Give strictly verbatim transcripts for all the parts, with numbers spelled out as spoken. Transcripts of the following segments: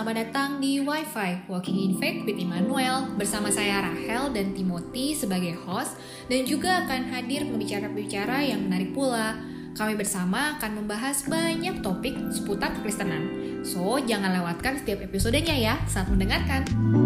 selamat datang di Wi-Fi Walking in Faith with Immanuel. Bersama saya Rahel dan Timothy sebagai host, dan juga akan hadir pembicara-pembicara yang menarik pula. Kami bersama akan membahas banyak topik seputar kekristenan. So, jangan lewatkan setiap episodenya ya saat mendengarkan.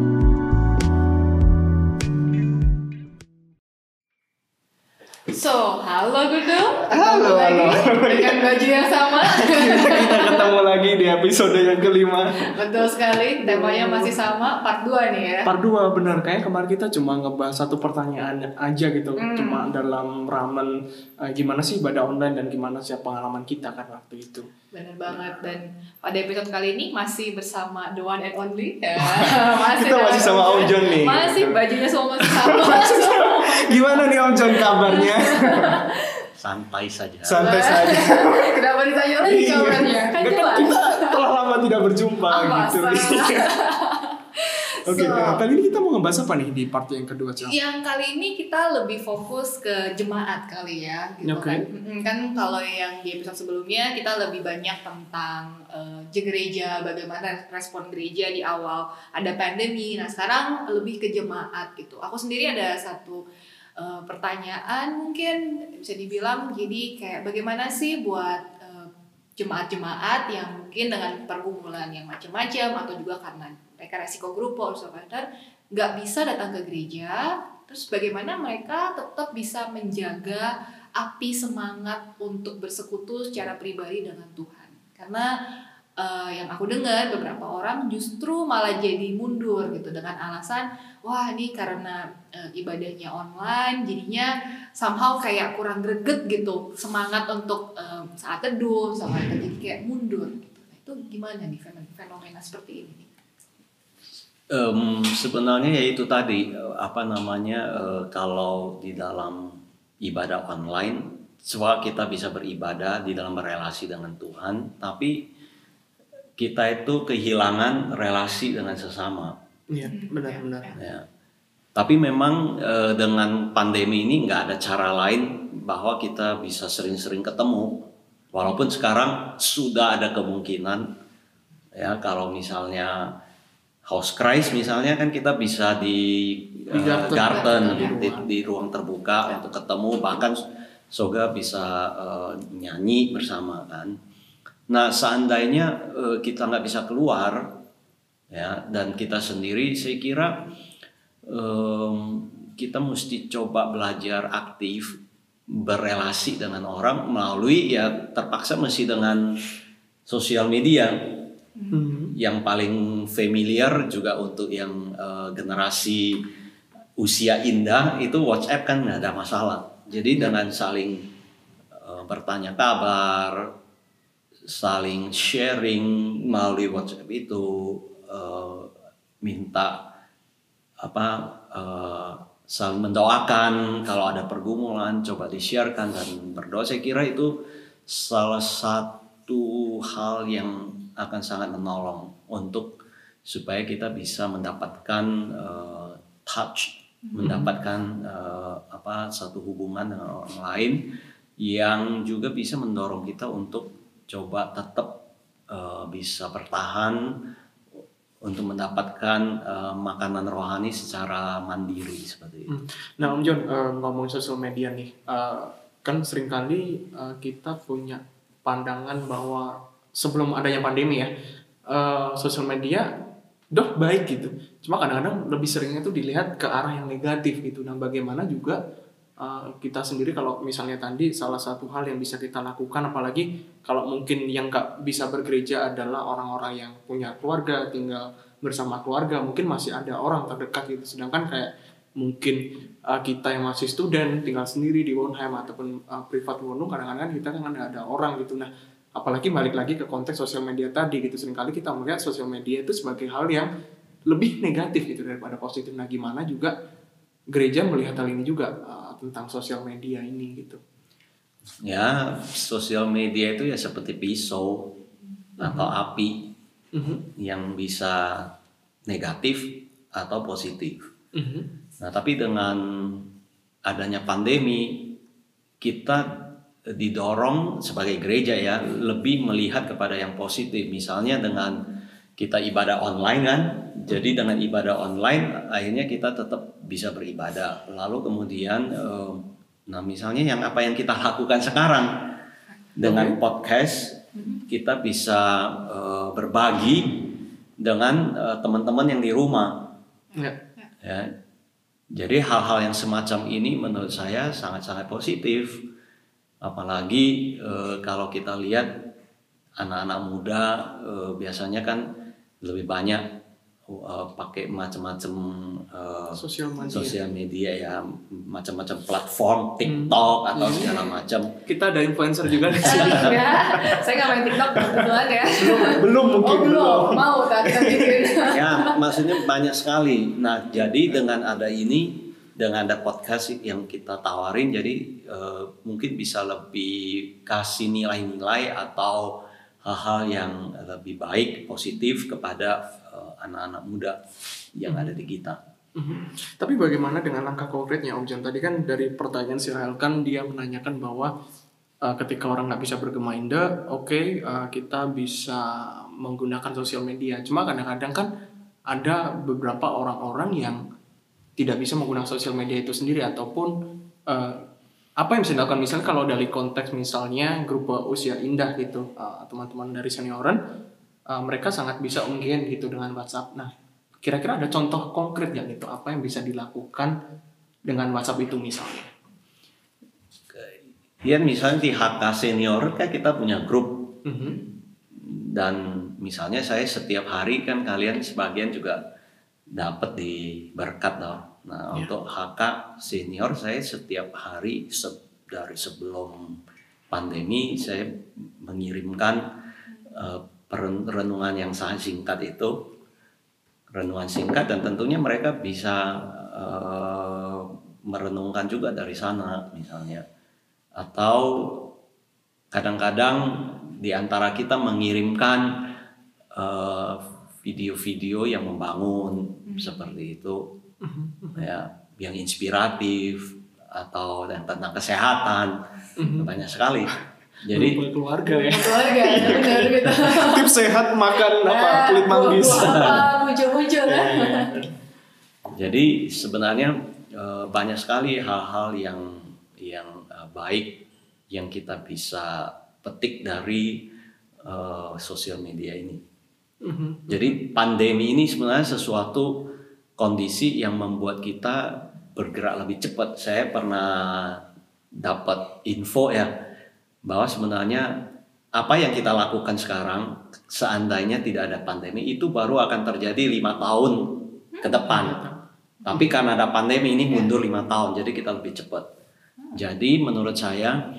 So, halo Gudu. Halo, halo. Dengan baju yang sama. Kita ketemu lagi di episode yang kelima. Betul sekali, temanya masih sama, part dua nih ya. Part dua, benar. Kayak kemarin kita cuma ngebahas satu pertanyaan aja gitu. Hmm. Cuma dalam ramen uh, gimana sih ibadah online dan gimana sih pengalaman kita kan waktu itu. Benar banget, dan pada episode kali ini masih bersama the one and only ya. Masih Kita masih sama Om John nih. Masih bajunya semua masih sama. Gimana nih Om John kabarnya? Santai saja. Santai saja. Kenapa ditanya lagi kabarnya? Kan Kan jelas. kita telah lama tidak berjumpa Ah, gitu. masa. Oke, So, nah, kali ini kita mau ngebahas apa nih di part yang kedua, Cel? yang kali ini kita lebih fokus ke jemaat kali ya, gitu Oke. kan. Mm-mm, kan kalau yang di episode sebelumnya kita lebih banyak tentang uh, gereja, bagaimana respon gereja di awal ada pandemi. Nah sekarang lebih ke jemaat gitu. Aku sendiri ada satu uh, pertanyaan mungkin bisa dibilang, jadi kayak bagaimana sih buat uh, jemaat-jemaat yang mungkin dengan pergumulan yang macam-macam atau juga karena mereka resiko grup or survivor nggak bisa datang ke gereja, terus bagaimana mereka tetap bisa menjaga api semangat untuk bersekutu secara pribadi dengan Tuhan. Karena uh, yang aku dengar beberapa orang justru malah jadi mundur gitu dengan alasan, wah ini karena uh, ibadahnya online jadinya somehow kayak kurang greget gitu semangat untuk um, saat teduh, saat jadi kayak mundur gitu. Nah, itu gimana nih fenomena, fenomena seperti ini? Um, sebenarnya ya itu tadi apa namanya uh, kalau di dalam ibadah online, semua kita bisa beribadah di dalam berelasi dengan Tuhan, tapi kita itu kehilangan relasi dengan sesama. Iya, benar-benar. Ya. Tapi memang uh, dengan pandemi ini nggak ada cara lain bahwa kita bisa sering-sering ketemu. Walaupun sekarang sudah ada kemungkinan ya kalau misalnya House Christ misalnya kan kita bisa di, Di uh, garden. garden, Di di, ruang. di ruang terbuka untuk ketemu, bahkan Soga bisa uh, nyanyi bersama kan. Nah seandainya uh, kita nggak bisa keluar ya, dan kita sendiri, saya kira um, kita mesti coba belajar aktif berelasi dengan orang melalui ya terpaksa mesti dengan sosial media. Hmm. Yang paling familiar juga untuk yang uh, generasi usia indah itu WhatsApp kan nggak ada masalah. Jadi dengan saling uh, bertanya kabar, saling sharing melalui WhatsApp itu, uh, minta apa uh, saling mendoakan kalau ada pergumulan, coba di-sharekan dan berdoa. Saya kira itu salah satu hal yang akan sangat menolong untuk supaya kita bisa mendapatkan uh, touch, hmm. mendapatkan uh, apa satu hubungan dengan orang lain yang juga bisa mendorong kita untuk coba tetap uh, bisa bertahan untuk mendapatkan uh, makanan rohani secara mandiri seperti itu. Nah Om John, uh, ngomong sosial media nih, uh, kan seringkali uh, kita punya pandangan bahwa sebelum adanya pandemi ya, uh, sosial media doh baik gitu. Cuma kadang-kadang lebih seringnya tuh dilihat ke arah yang negatif gitu. Nah bagaimana juga uh, kita sendiri kalau misalnya tadi salah satu hal yang bisa kita lakukan, apalagi kalau mungkin yang nggak bisa bergereja adalah orang-orang yang punya keluarga, tinggal bersama keluarga, mungkin masih ada orang terdekat gitu. Sedangkan kayak mungkin uh, kita yang masih student tinggal sendiri di Wonheim ataupun uh, privat Wonung, kadang-kadang kita kan ada orang gitu. Nah apalagi balik lagi ke konteks sosial media tadi gitu, seringkali kita melihat sosial media itu sebagai hal yang lebih negatif gitu daripada positif. Nah gimana juga gereja melihat hal ini juga uh, tentang sosial media ini gitu. Ya, sosial media itu ya seperti pisau atau api Mm-hmm. yang bisa negatif atau positif. Mm-hmm. Nah, tapi dengan adanya pandemi, kita didorong sebagai gereja ya lebih melihat kepada yang positif. Misalnya dengan kita ibadah online kan. Jadi dengan ibadah online akhirnya kita tetap bisa beribadah. Lalu kemudian eh, nah misalnya yang apa yang kita lakukan sekarang dengan podcast, kita bisa eh, berbagi dengan eh, teman-teman yang di rumah. Ya. Ya. Jadi hal-hal yang semacam ini menurut saya sangat-sangat positif. Apalagi eh, kalau kita lihat anak-anak muda eh, biasanya kan lebih banyak uh, pakai macam-macam uh, Sosial media. sosial media ya, macam-macam platform TikTok hmm. atau segala macam. Kita ada influencer juga di sini. Ya, saya nggak main TikTok kebetulan ya. Belum mungkin. Oh belum, mau tak kita bikin. Ya, maksudnya banyak sekali. Nah, jadi dengan ada ini, dengan ada podcast yang kita tawarin, jadi uh, mungkin bisa lebih kasih nilai-nilai atau hal-hal yang lebih baik, positif kepada uh, anak-anak muda yang ada di kita. Mm-hmm. Tapi bagaimana dengan langkah konkretnya Om Jan? Tadi kan dari pertanyaan si Rahel kan dia menanyakan bahwa uh, ketika orang nggak bisa bergemainde, oke okay, uh, kita bisa menggunakan sosial media. Cuma kadang-kadang kan ada beberapa orang-orang yang tidak bisa menggunakan sosial media itu sendiri ataupun uh, apa yang bisa dilakukan misalnya kalau dari konteks misalnya grup usia indah gitu uh, teman-teman dari senioran uh, mereka sangat bisa engage gitu dengan WhatsApp. Nah kira-kira ada contoh konkret nggak gitu apa yang bisa dilakukan dengan WhatsApp itu misalnya? Ya misalnya di H K senior kan kita punya grup mm-hmm. dan misalnya saya setiap hari kan kalian sebagian juga dapat di berkat loh. Nah, yeah. Untuk H K senior saya setiap hari se- dari sebelum pandemi saya mengirimkan uh, renungan yang sangat singkat itu, renungan singkat dan tentunya mereka bisa uh, merenungkan juga dari sana misalnya. Atau kadang-kadang di antara kita mengirimkan uh, video-video yang membangun mm-hmm. seperti itu, mm-hmm. ya, yang inspiratif atau yang tentang kesehatan, mm-hmm. banyak sekali. Jadi keluarga ya. Keluarga, benar gitu. Tips sehat makan apa kulit manggis. Muncul-muncul kan. Jadi sebenarnya uh, banyak sekali hal-hal yang yang uh, baik yang kita bisa petik dari uh, sosial media ini. Mm-hmm. Jadi pandemi ini sebenarnya sesuatu kondisi yang membuat kita bergerak lebih cepat. Saya pernah dapat info ya bahwa sebenarnya apa yang kita lakukan sekarang seandainya tidak ada pandemi itu baru akan terjadi lima tahun ke depan. Tapi karena ada pandemi ini mundur lima tahun, jadi kita lebih cepat. Jadi menurut saya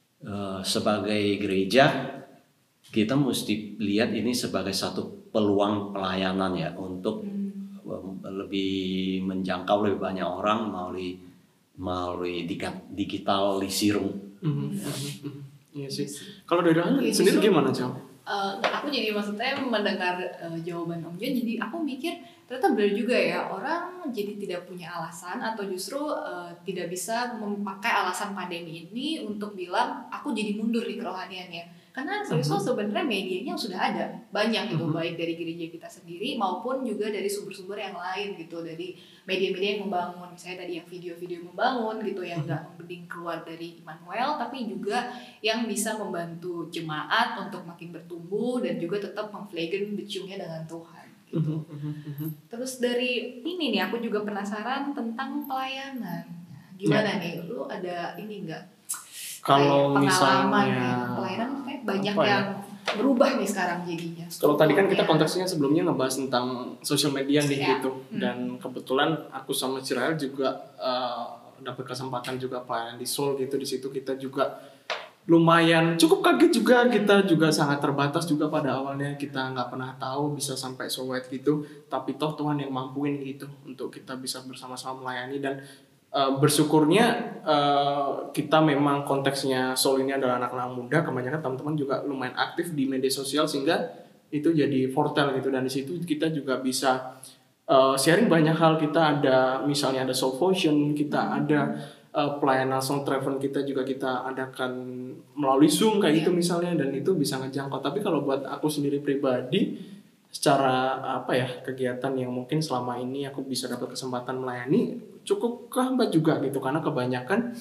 sebagai gereja kita mesti lihat ini sebagai satu peluang pelayanan ya untuk hmm. lebih menjangkau lebih banyak orang melalui melalui digitalisirung. Mm-hmm. Iya sih. Kalau dari Rahel ya, sendiri gimana Cel? Uh, aku jadi maksudnya mendengar uh, jawaban Om Jan, jadi aku mikir ternyata benar juga ya orang jadi tidak punya alasan atau justru uh, tidak bisa memakai alasan pandemi ini untuk bilang aku jadi mundur di kerohaniannya. Karena serius uh-huh. sebenarnya medianya sudah ada banyak gitu, uh-huh. baik dari gereja kita sendiri maupun juga dari sumber-sumber yang lain gitu, dari media-media yang membangun, misalnya tadi yang video-video membangun gitu, yang nggak uh-huh. mending keluar dari Immanuel, tapi juga yang bisa membantu jemaat untuk makin bertumbuh dan juga tetap memflagen becungnya dengan Tuhan. Gitu. Uh-huh. Uh-huh. Terus dari ini nih, aku juga penasaran tentang pelayanan. Gimana yeah. nih, lu ada ini nggak? Kalau misalnya ya, pelayanan kayak banyak ya? Yang berubah nih sekarang jadinya. Kalau tadi kan kita konteksnya sebelumnya ngebahas tentang sosial media nih ya. gitu, hmm. dan kebetulan aku sama Cirael juga uh, dapat kesempatan juga pelayanan di Seoul gitu, di situ kita juga lumayan cukup kaget juga, kita juga sangat terbatas juga pada awalnya, kita nggak pernah tahu bisa sampai so wide gitu, tapi toh Tuhan yang mampuin gitu untuk kita bisa bersama-sama melayani. Dan Uh, bersyukurnya uh, kita memang konteksnya Seoul ini adalah anak-anak muda, kebanyakan teman-teman juga lumayan aktif di media sosial sehingga itu jadi portal gitu, dan di situ kita juga bisa uh, sharing banyak hal. Kita ada misalnya ada Soul Fusion, kita ada uh, pelayanan sound travel kita juga kita adakan melalui Zoom kayak gitu misalnya, dan itu bisa ngejangkau. Tapi kalau buat aku sendiri pribadi secara apa ya, kegiatan yang mungkin selama ini aku bisa dapat kesempatan melayani cukup kehambat juga gitu, karena kebanyakan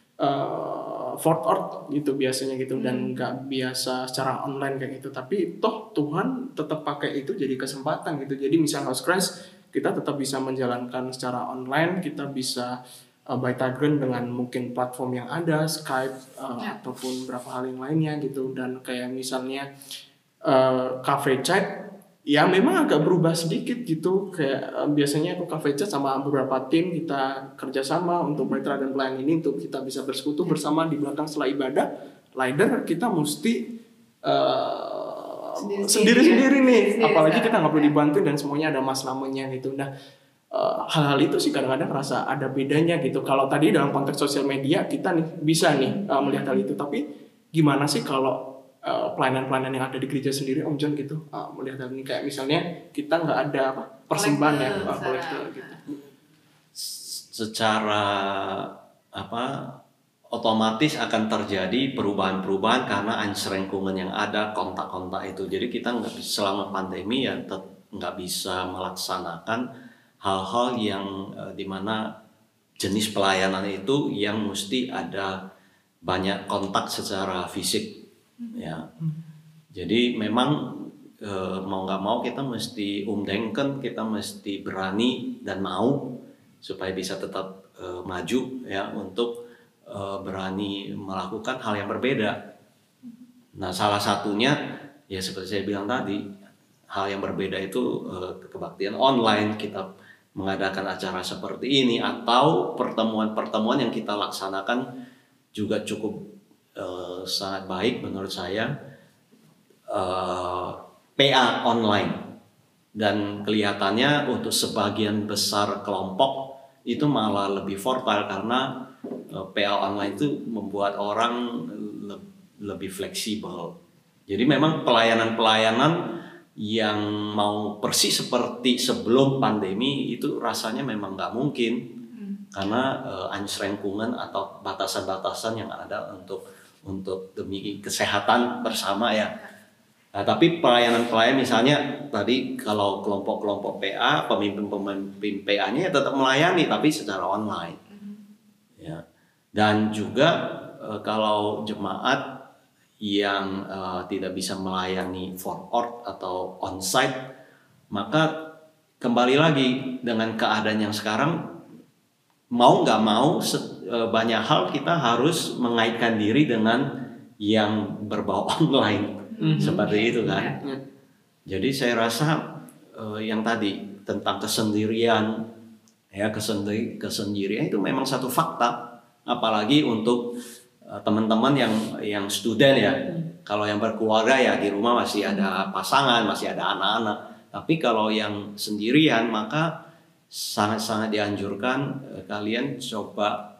uh, for art gitu biasanya gitu, dan nggak biasa secara online kayak gitu. Tapi toh Tuhan tetap pakai itu jadi kesempatan gitu. Jadi misal House Christ kita tetap bisa menjalankan secara online, kita bisa uh, by Tagren dengan mungkin platform yang ada, Skype uh, Ya. ataupun beberapa hal yang lainnya gitu. Dan kayak misalnya uh, cafe chat, ya memang agak berubah sedikit gitu. Kayak uh, biasanya aku cafe chat sama beberapa tim, kita kerjasama untuk Baitra dan pelayan ini untuk kita bisa bersekutu bersama di belakang setelah ibadah. Later kita mesti uh, Sendiri-sendiri sendiri-sendiri nih, Sendiri apalagi sekarang. kita nggak perlu dibantu dan semuanya ada mas namanya gitu. Nah, uh, hal-hal itu sih kadang-kadang rasa ada bedanya gitu. Kalau tadi dalam konteks sosial media kita nih bisa nih uh, melihat hal itu, tapi gimana sih kalau uh, pelayanan-pelayanan yang ada di gereja sendiri, Om John gitu, uh, melihat hal ini kayak misalnya kita nggak ada apa persembahan ya, Kolektor, uh, kolektor secara- gitu. Secara apa otomatis akan terjadi perubahan-perubahan karena ancerengkungan yang ada, kontak-kontak itu. Jadi kita nggak bisa- selama pandemi ya tet- nggak bisa melaksanakan hal-hal yang eh, dimana jenis pelayanan itu yang mesti ada banyak kontak secara fisik, ya. Jadi memang eh, mau nggak mau kita mesti umdenken, kita mesti berani dan mau supaya bisa tetap eh, maju ya untuk eh, berani melakukan hal yang berbeda. Nah, salah satunya ya seperti saya bilang tadi, hal yang berbeda itu eh, kebaktian online, kita mengadakan acara seperti ini atau pertemuan-pertemuan yang kita laksanakan juga cukup eh, sangat baik menurut saya. eh, P A online, dan kelihatannya untuk sebagian besar kelompok itu malah lebih fertile karena eh, P A online itu membuat orang le- lebih fleksibel. Jadi memang pelayanan-pelayanan yang mau persis seperti sebelum pandemi itu rasanya memang nggak mungkin karena eh, anjrengkungan atau batasan-batasan yang ada untuk untuk demi kesehatan bersama ya. Nah, tapi pelayanan-pelayan misalnya tadi kalau kelompok-kelompok P A, pemimpin-pemimpin P A-nya ya tetap melayani tapi secara online. Ya. Dan juga eh, kalau jemaat yang eh, tidak bisa melayani for ort atau onsite, maka kembali lagi dengan keadaan yang sekarang, mau nggak mau se- eh, banyak hal kita harus mengaitkan diri dengan yang berbau online. Mhm. Seperti itu kan. Ya. Jadi saya rasa eh, yang tadi tentang kesendirian, ya kesendiri kesendirian itu memang satu fakta, apalagi untuk eh, teman-teman yang yang student ya. Kalau yang berkeluarga ya di rumah masih ada pasangan, masih ada anak-anak. Tapi kalau yang sendirian maka sangat-sangat dianjurkan eh, kalian coba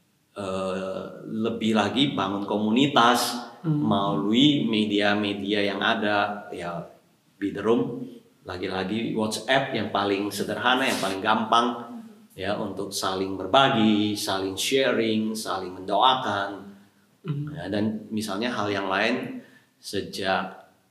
eh, lebih lagi bangun komunitas melalui media-media yang ada, ya Be The Room, lagi-lagi WhatsApp yang paling sederhana, yang paling gampang ya untuk saling berbagi, saling sharing, saling mendoakan. Ya, dan misalnya hal yang lain, sejak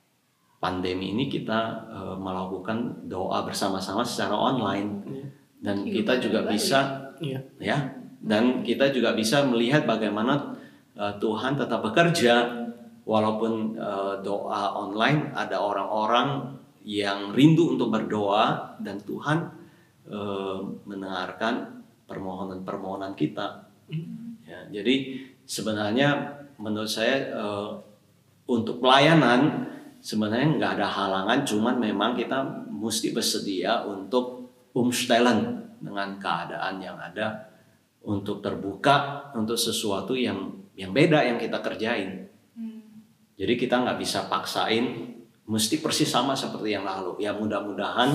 pandemi ini kita eh, melakukan doa bersama-sama secara online, dan kita juga bisa Iya. ya, dan kita juga bisa melihat bagaimana uh, Tuhan tetap bekerja walaupun uh, doa online, ada orang-orang yang rindu untuk berdoa dan Tuhan uh, mendengarkan permohonan-permohonan kita. Ya, jadi sebenarnya menurut saya uh, untuk pelayanan sebenarnya nggak ada halangan, cuman memang kita mesti bersedia untuk umstellen dengan keadaan yang ada, untuk terbuka untuk sesuatu yang yang beda yang kita kerjain. Jadi kita nggak bisa paksain mesti persis sama seperti yang lalu. Ya mudah-mudahan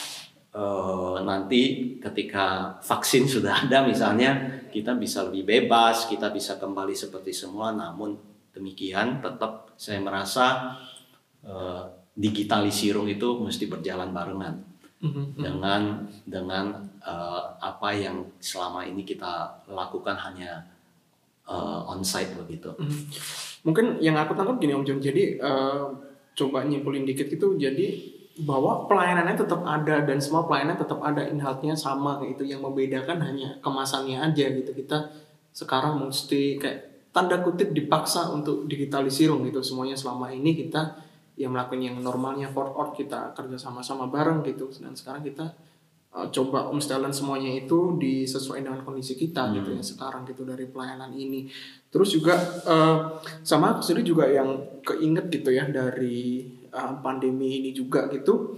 eh, nanti ketika vaksin sudah ada misalnya, kita bisa lebih bebas, kita bisa kembali seperti semula. Namun demikian tetap saya merasa eh, digitalisirung itu mesti berjalan barengan dengan dengan uh, apa yang selama ini kita lakukan hanya uh, onsite begitu. Mungkin yang aku tangkap gini Om John, jadi uh, coba nyimpulin dikit gitu, jadi bahwa pelayanannya tetap ada dan semua pelayanan tetap ada, in health-nya sama kayak itu, yang membedakan hanya kemasannya aja gitu. Kita sekarang mesti kayak tanda kutip dipaksa untuk digitalisir gitu semuanya. Selama ini kita ya melakukan yang normalnya for out, kita kerja sama-sama bareng gitu, dan sekarang kita uh, coba umsetelan semuanya itu disesuaikan dengan kondisi kita hmm. gitu ya sekarang gitu dari pelayanan ini. Terus juga uh, sama aku sendiri juga yang keinget gitu ya dari Uh, pandemi ini juga gitu.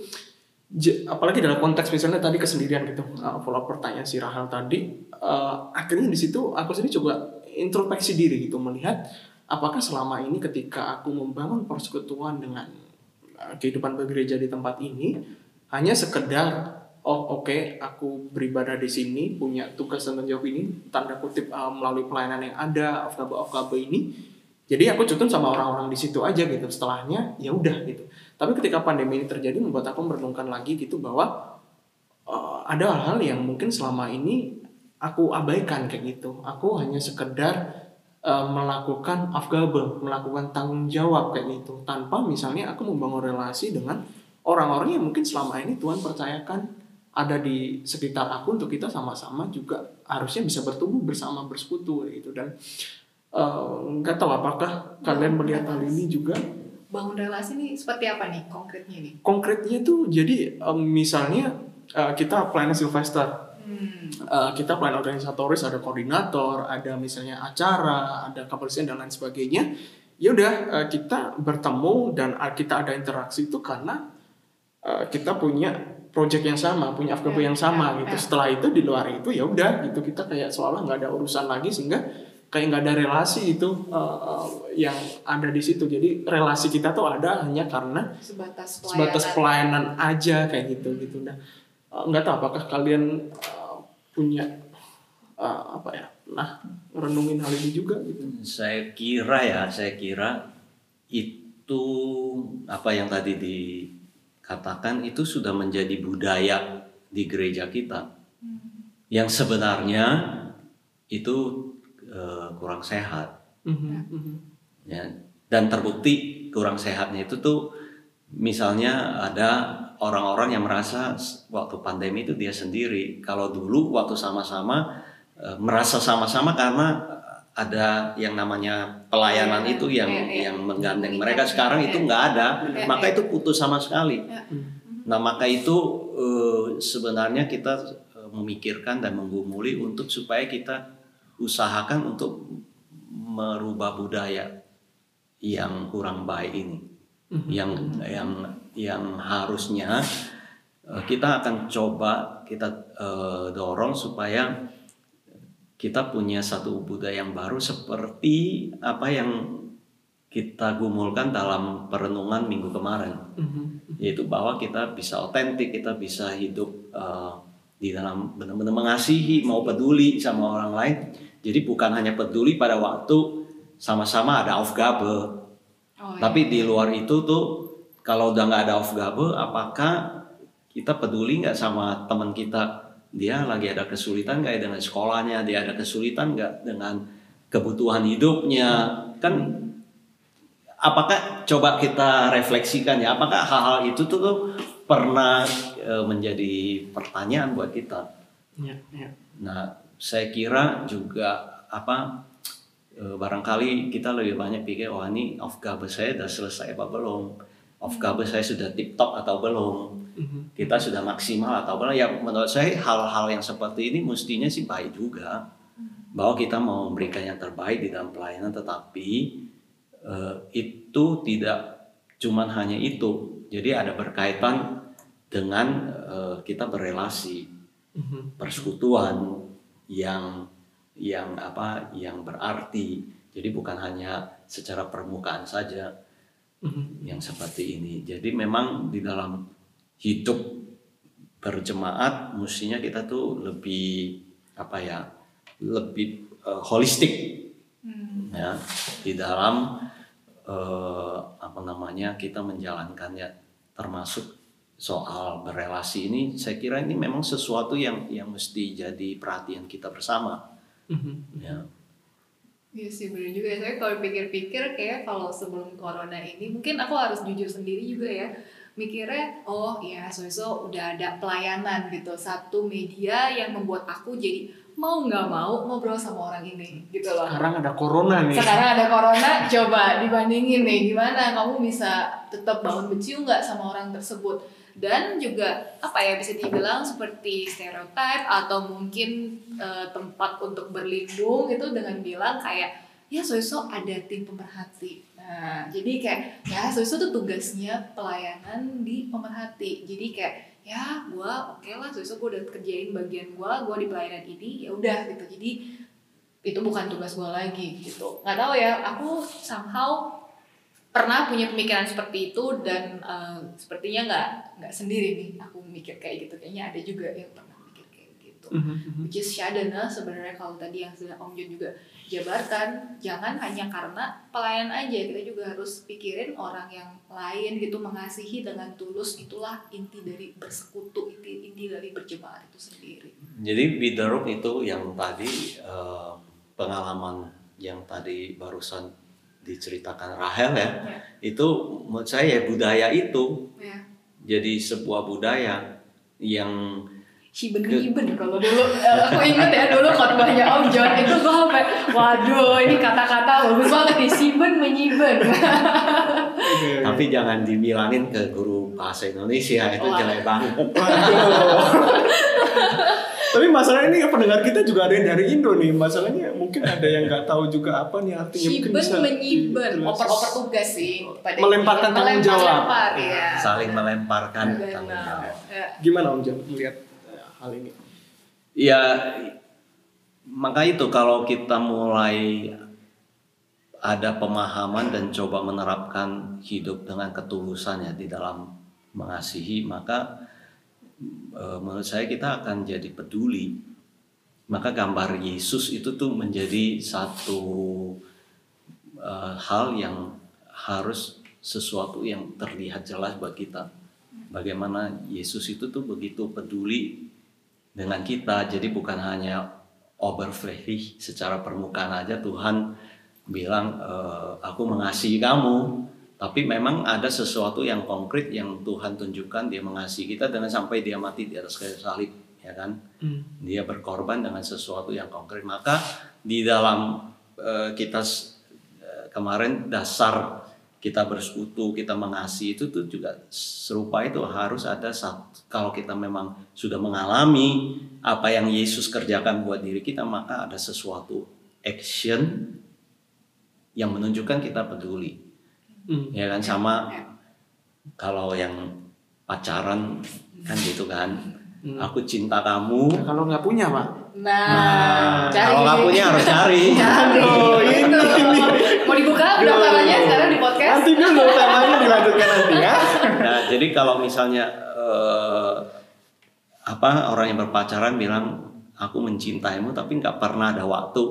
J- apalagi dalam konteks misalnya tadi kesendirian gitu, uh, follow up pertanyaan si Rahel tadi, uh, akhirnya di situ aku sendiri coba introspeksi diri gitu, melihat apakah selama ini ketika aku membangun persekutuan dengan uh, kehidupan bergereja di tempat ini hanya sekedar oh oke okay, aku beribadah di sini, punya tugas dan tanggung jawab ini, tanda kutip uh, melalui pelayanan yang ada, F K B F K B ini. Jadi aku cutun sama orang-orang di situ aja gitu. Setelahnya ya udah gitu. Tapi ketika pandemi ini terjadi membuat aku merenungkan lagi gitu bahwa uh, ada hal-hal yang mungkin selama ini aku abaikan kayak gitu. Aku hanya sekedar uh, melakukan afgabel, melakukan tanggung jawab kayak gitu, tanpa misalnya aku membangun relasi dengan orang-orang yang mungkin selama ini Tuhan percayakan ada di sekitar aku untuk kita sama-sama juga harusnya bisa bertumbuh bersama, bersekutu gitu. Dan nggak uh, tahu apakah kalian melihat hal ini juga. Bangun relasi nih seperti apa nih konkretnya nih? Konkretnya tuh jadi um, misalnya uh, kita pelayanan Silvester, hmm. uh, kita pelayanan organisatoris, ada koordinator, ada misalnya acara, ada kebersihan dan lain sebagainya. Ya udah uh, kita bertemu dan uh, kita ada interaksi itu karena uh, kita punya project yang sama, punya F K B yeah, yang sama yeah, gitu. Yeah. Setelah itu di luar itu ya udah gitu kita kayak seolah nggak ada urusan lagi, sehingga kayak nggak ada relasi itu uh, uh, yang ada di situ. Jadi relasi kita tuh ada hanya karena sebatas pelayanan, sebatas pelayanan aja kayak gitu gitu. Nah nggak uh, tahu apakah kalian uh, punya uh, apa ya, nah renungin hal ini juga gitu. Saya kira ya, saya kira itu apa yang tadi dikatakan itu sudah menjadi budaya di gereja kita, hmm. yang sebenarnya itu Uh, kurang sehat, mm-hmm. ya. Dan terbukti kurang sehatnya itu tuh misalnya ada orang-orang yang merasa waktu pandemi itu dia sendiri. Kalau dulu waktu sama-sama uh, merasa sama-sama karena ada yang namanya pelayanan ya, itu yang ya, ya. yang menggandeng mereka. Sekarang ya, itu nggak ada, ya, maka ya. itu putus sama sekali. Ya. Nah maka itu uh, sebenarnya kita uh, memikirkan dan menggumuli untuk supaya kita usahakan untuk merubah budaya yang kurang baik ini, mm-hmm. yang yang yang harusnya uh, kita akan coba kita uh, dorong supaya kita punya satu budaya yang baru seperti apa yang kita gumulkan dalam perenungan minggu kemarin, mm-hmm. yaitu bahwa kita bisa otentik, kita bisa hidup uh, di dalam benar-benar mengasihi, mau peduli sama orang lain. Jadi bukan hanya peduli pada waktu sama-sama ada aufgabe, oh, tapi iya. di luar itu tuh kalau udah nggak ada aufgabe, apakah kita peduli nggak sama teman kita? Dia lagi ada kesulitan nggak dengan sekolahnya? Dia ada kesulitan nggak dengan kebutuhan hidupnya? Kan apakah coba kita refleksikan ya? Apakah hal-hal itu tuh, tuh pernah e, menjadi pertanyaan buat kita? Ya, ya. Nah. Saya kira juga apa e, barangkali kita lebih banyak pikir oh ini aufgabe saya sudah selesai apa belum, aufgabe saya sudah tip top atau belum, kita sudah maksimal atau belum. Ya menurut saya hal-hal yang seperti ini mestinya sih baik juga, bahwa kita mau memberikan yang terbaik di dalam pelayanan, tetapi e, itu tidak cuman hanya itu, jadi ada berkaitan dengan e, kita berelasi, persekutuan yang yang apa yang berarti. Jadi bukan hanya secara permukaan saja mm-hmm. yang seperti ini. Jadi memang di dalam hidup berjemaat mestinya kita tuh lebih apa ya lebih uh, holistik mm. ya di dalam uh, apa namanya kita menjalankannya, termasuk soal berelasi ini. Saya kira ini memang sesuatu yang yang mesti jadi perhatian kita bersama. Mm-hmm. Ya. Iya sih benar juga ya. Saya kalau pikir-pikir kayak kalau sebelum corona ini mungkin aku harus jujur sendiri juga ya. mikirnya oh ya so-so udah ada pelayanan gitu, satu media yang membuat aku jadi mau nggak mau ngobrol sama orang ini gitu loh. Sekarang ada corona nih. Sekarang ada corona, coba dibandingin nih gimana kamu bisa tetap bangun beciu nggak sama orang tersebut. Dan juga apa ya, bisa dibilang seperti stereotype atau mungkin uh, tempat untuk berlindung itu dengan bilang kayak ya so-so ada tim pemerhati. Nah jadi kayak ya so-so tuh tugasnya pelayanan di pemerhati. Jadi kayak ya gue oke okay lah so-so gue udah kerjain bagian gue, gue di pelayanan ini ya udah gitu. Jadi itu bukan tugas gue lagi gitu. Nggak tahu ya, aku somehow pernah punya pemikiran seperti itu dan uh, sepertinya nggak nggak sendiri nih aku mikir kayak gitu, kayaknya ada juga yang pernah mikir kayak gitu. Mm-hmm. Which is Shadana sebenarnya kalau tadi yang sudah Om Jun juga jabarkan, jangan hanya karena pelayanan aja, kita juga harus pikirin orang yang lain gitu, mengasihi dengan tulus, itulah inti dari bersekutu, inti, inti dari berjemaat itu sendiri. Jadi Bidarup itu yang tadi uh, pengalaman yang tadi barusan diceritakan Rahel ya, ya, itu menurut saya ya budaya itu ya. Jadi sebuah budaya yang Shiben-Yiben kalau dulu aku inget ya dulu khotbahnya Om John itu gue sampai waduh ini kata-kata bagus banget nih, Shiben-Menyiben. Tapi jangan dibilangin ke guru bahasa Indonesia, itu jelek banget. Tapi masalah ini pendengar kita juga ada yang dari Indo nih. Masalahnya mungkin ada yang nggak tahu juga apa nih artinya. Shiben-Menyiben, oper-oper tugas sih. Melemparkan tanggung jawab. Melempar, ya. Saling melemparkan tanggung jawab. Gimana Om John melihat hal ini? Ya, maka itu kalau kita mulai ada pemahaman dan coba menerapkan hidup dengan ketulusan ya di dalam mengasihi, maka menurut saya kita akan jadi peduli. Maka gambar Yesus itu tuh menjadi satu uh, hal yang harus sesuatu yang terlihat jelas buat kita. Bagaimana Yesus itu tuh begitu peduli dengan kita. Jadi bukan hanya oberflächlich secara permukaan aja Tuhan bilang e, aku mengasihi kamu. Tapi memang ada sesuatu yang konkret yang Tuhan tunjukkan, dia mengasihi kita dengan sampai dia mati di atas kayu salib, ya kan? Hmm. Dia berkorban dengan sesuatu yang konkret. Maka di dalam uh, kita uh, kemarin dasar kita bersekutu, kita mengasihi itu tuh juga serupa itu harus ada satu. Kalau kita memang sudah mengalami apa yang Yesus kerjakan buat diri kita, maka ada sesuatu action yang menunjukkan kita peduli. Hmm. Ya kan, sama kalau yang pacaran kan gitu kan, hmm. aku cinta kamu. Nah, kalau nggak punya Pak, nah, nah kalau nggak punya harus cari. Cari, oh, itu mau dibuka pendaftarannya sekarang di podcast. Nanti dulu temanya dilanjutkan nanti ya. Nah jadi kalau misalnya eh, apa orang yang berpacaran bilang aku mencintaimu tapi nggak pernah ada waktu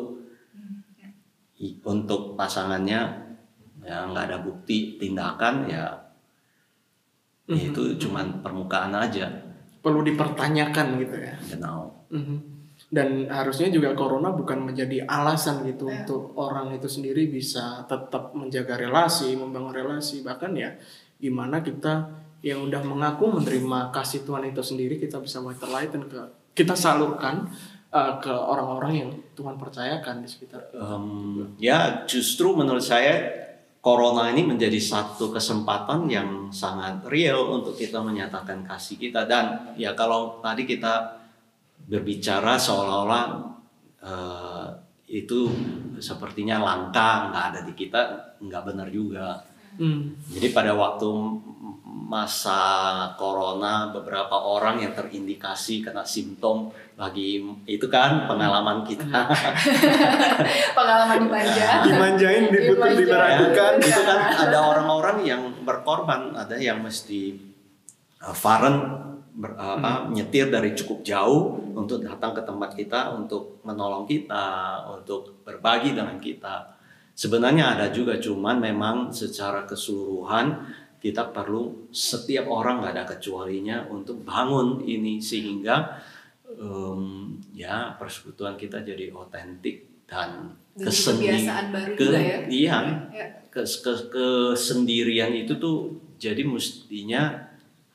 untuk pasangannya. Ya nggak ada bukti tindakan ya, mm-hmm. ya itu cuman permukaan aja, perlu dipertanyakan gitu ya. Genau. Mm-hmm. Dan harusnya juga corona bukan menjadi alasan gitu yeah. untuk orang itu sendiri bisa tetap menjaga relasi, membangun relasi, bahkan ya gimana kita yang udah mengaku menerima kasih Tuhan itu sendiri kita bisa waterlighten ke kita salurkan uh, ke orang-orang yang Tuhan percayakan di sekitar. Um, ya justru menurut saya Corona ini menjadi satu kesempatan yang sangat real untuk kita menyatakan kasih kita. Dan ya kalau tadi kita berbicara seolah-olah uh, itu sepertinya langka, nggak ada di kita, nggak benar juga. Hmm. Jadi pada waktu masa Corona beberapa orang yang terindikasi kena simptom lagi itu kan pengalaman kita. Pengalaman dimanja. Dimanjain, diputus, dimeragukan. Ya, itu kan ada orang-orang yang berkorban, ada yang mesti uh, foreign ber, uh, hmm. apa, nyetir dari cukup jauh untuk datang ke tempat kita untuk menolong kita, untuk berbagi dengan kita. Sebenarnya ada juga, cuman memang secara keseluruhan kita perlu setiap orang nggak ada kecualinya untuk bangun ini sehingga um, ya persekutuan kita jadi otentik dan kebiasaan baru ke, juga ya. Iya, ya. Ke, ke, kesendirian itu tuh jadi mestinya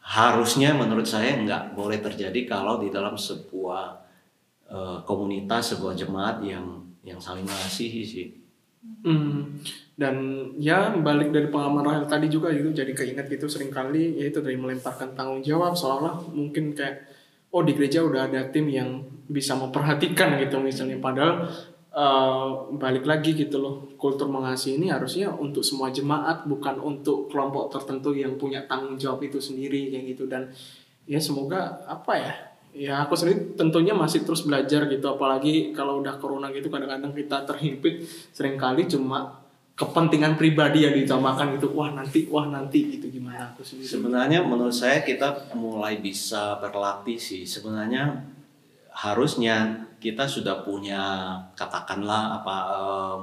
harusnya menurut saya nggak boleh terjadi kalau di dalam sebuah uh, komunitas, sebuah jemaat yang yang saling mengasihi sih. Hmm. Dan ya balik dari pengalaman Rahel tadi juga gitu, jadi keinget gitu seringkali yaitu dari melemparkan tanggung jawab seolah-olah mungkin kayak oh di gereja udah ada tim yang bisa memperhatikan gitu misalnya, padahal uh, balik lagi gitu loh, kultur mengasihi ini harusnya untuk semua jemaat, bukan untuk kelompok tertentu yang punya tanggung jawab itu sendiri kayak gitu. Dan ya semoga apa ya, ya aku sendiri tentunya masih terus belajar gitu, apalagi kalau udah corona gitu kadang-kadang kita terhimpit seringkali cuma kepentingan pribadi yang ditambahkan gitu, wah nanti wah nanti gitu. Gimana aku sendiri? Sebenarnya menurut saya kita mulai bisa berlatih sih. Sebenarnya harusnya kita sudah punya katakanlah apa eh,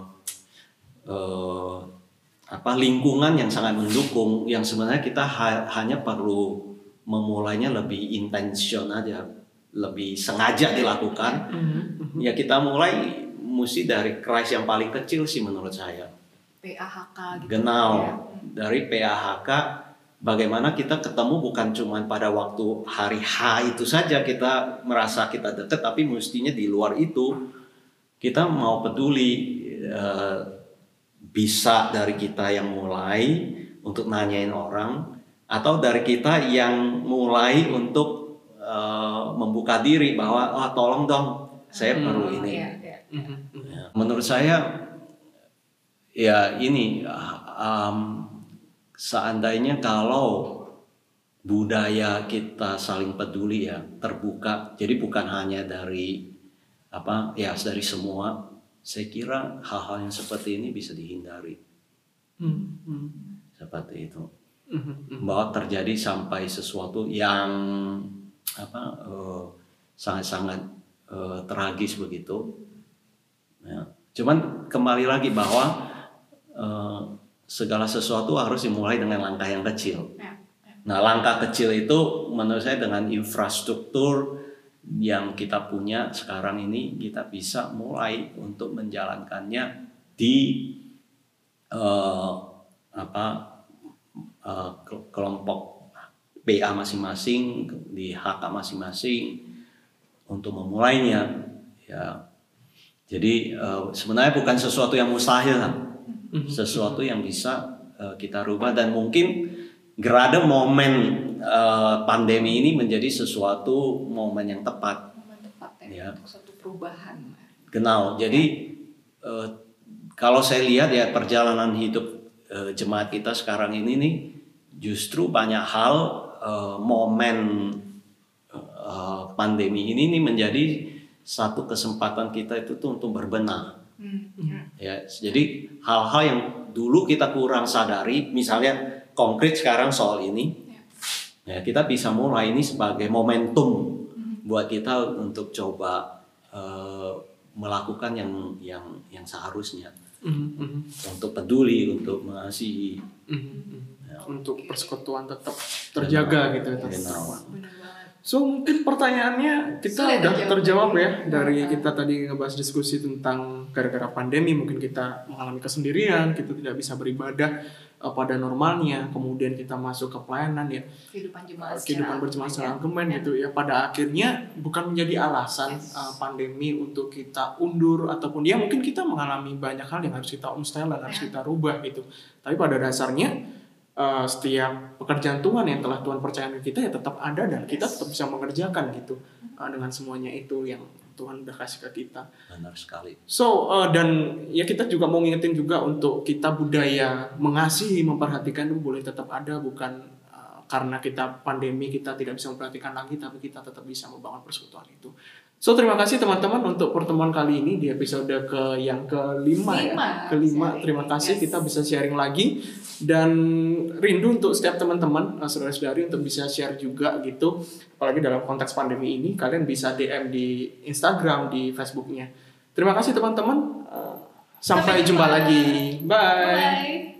eh, apa lingkungan yang sangat mendukung, yang sebenarnya kita ha- hanya perlu memulainya lebih intention aja, lebih sengaja dilakukan. Mm-hmm. Ya kita mulai mesti dari kelas yang paling kecil sih menurut saya. P A H K gitu. Genau, Ya. dari P A H K bagaimana kita ketemu bukan cuma pada waktu hari H itu saja kita merasa kita dekat, tapi mestinya di luar itu kita mau peduli, eh, bisa dari kita yang mulai untuk nanyain orang, atau dari kita yang mulai untuk eh, membuka diri bahwa oh, tolong dong saya Hmm, perlu ini. Iya, iya. Mm-hmm. Ya, menurut saya ya ini um, seandainya kalau budaya kita saling peduli ya terbuka, jadi bukan hanya dari apa ya dari semua, saya kira hal-hal yang seperti ini bisa dihindari. Mm-hmm. Seperti itu, Mm-hmm. bahwa terjadi sampai sesuatu yang apa uh, sangat-sangat uh, tragis begitu ya. Cuman kembali lagi bahwa Uh, segala sesuatu harus dimulai dengan langkah yang kecil. Ya, ya. Nah, langkah kecil itu menurut saya dengan infrastruktur yang kita punya sekarang ini kita bisa mulai untuk menjalankannya di uh, apa uh, kelompok P A masing-masing, di H K masing-masing untuk memulainya. Ya, jadi uh, sebenarnya bukan sesuatu yang mustahil. Sesuatu yang bisa uh, kita rubah, dan mungkin gerada momen uh, pandemi ini menjadi sesuatu momen yang tepat. Momen tepat Ya. ya, untuk satu perubahan. Genau. Jadi uh, kalau saya lihat ya perjalanan hidup uh, jemaat kita sekarang ini nih justru banyak hal uh, momen uh, pandemi ini nih menjadi satu kesempatan kita itu tuh untuk berbenah. Hmm. Ya, jadi hal-hal yang dulu kita kurang sadari, misalnya konkret sekarang soal ini, ya kita bisa mulai ini sebagai momentum hmm. buat kita untuk coba uh, melakukan yang yang yang seharusnya, Mm-hmm. untuk peduli, untuk mengasihi, Mm-hmm. ya. Untuk persekutuan tetap terjaga gitu ya. Benar. Benar banget. So mungkin pertanyaannya kita Sudah udah terjawab terjawab tadi. ya dari Ah. kita tadi ngebahas diskusi tentang gara-gara pandemi mungkin kita mengalami kesendirian, kita tidak bisa beribadah uh, pada normalnya, kemudian kita masuk ke pelayanan ya, Kehidupan jemaat secara kehidupan berjemaah secara ya. argumen Ya. gitu ya. Pada akhirnya bukan menjadi alasan Yes. uh, pandemi untuk kita undur, ataupun ya mungkin kita mengalami banyak hal yang harus kita umstyle dan harus Ya. kita rubah gitu. Tapi pada dasarnya Uh, setiap pekerjaan Tuhan yang telah Tuhan percayakan kita ya tetap ada, dan kita tetap bisa mengerjakan gitu uh, dengan semuanya itu yang Tuhan udah kasih ke kita. Benar sekali. So uh, dan ya kita juga mau ngingetin juga untuk kita budaya mengasihi, memperhatikan itu boleh tetap ada, bukan uh, karena kita pandemi kita tidak bisa memperhatikan lagi, tapi kita tetap bisa membangun persekutuan itu. So terima kasih teman-teman untuk pertemuan kali ini di episode ke yang kelima ya. Lima. Kelima. Sharing. Terima kasih, Yes. kita bisa sharing lagi, dan rindu untuk setiap teman-teman uh, saudara-saudari untuk bisa share juga gitu. Apalagi dalam konteks pandemi ini, kalian bisa D M di Instagram, di Facebooknya. Terima kasih teman-teman. Uh, sampai Sampai jumpa jumpa. lagi. Bye. Bye.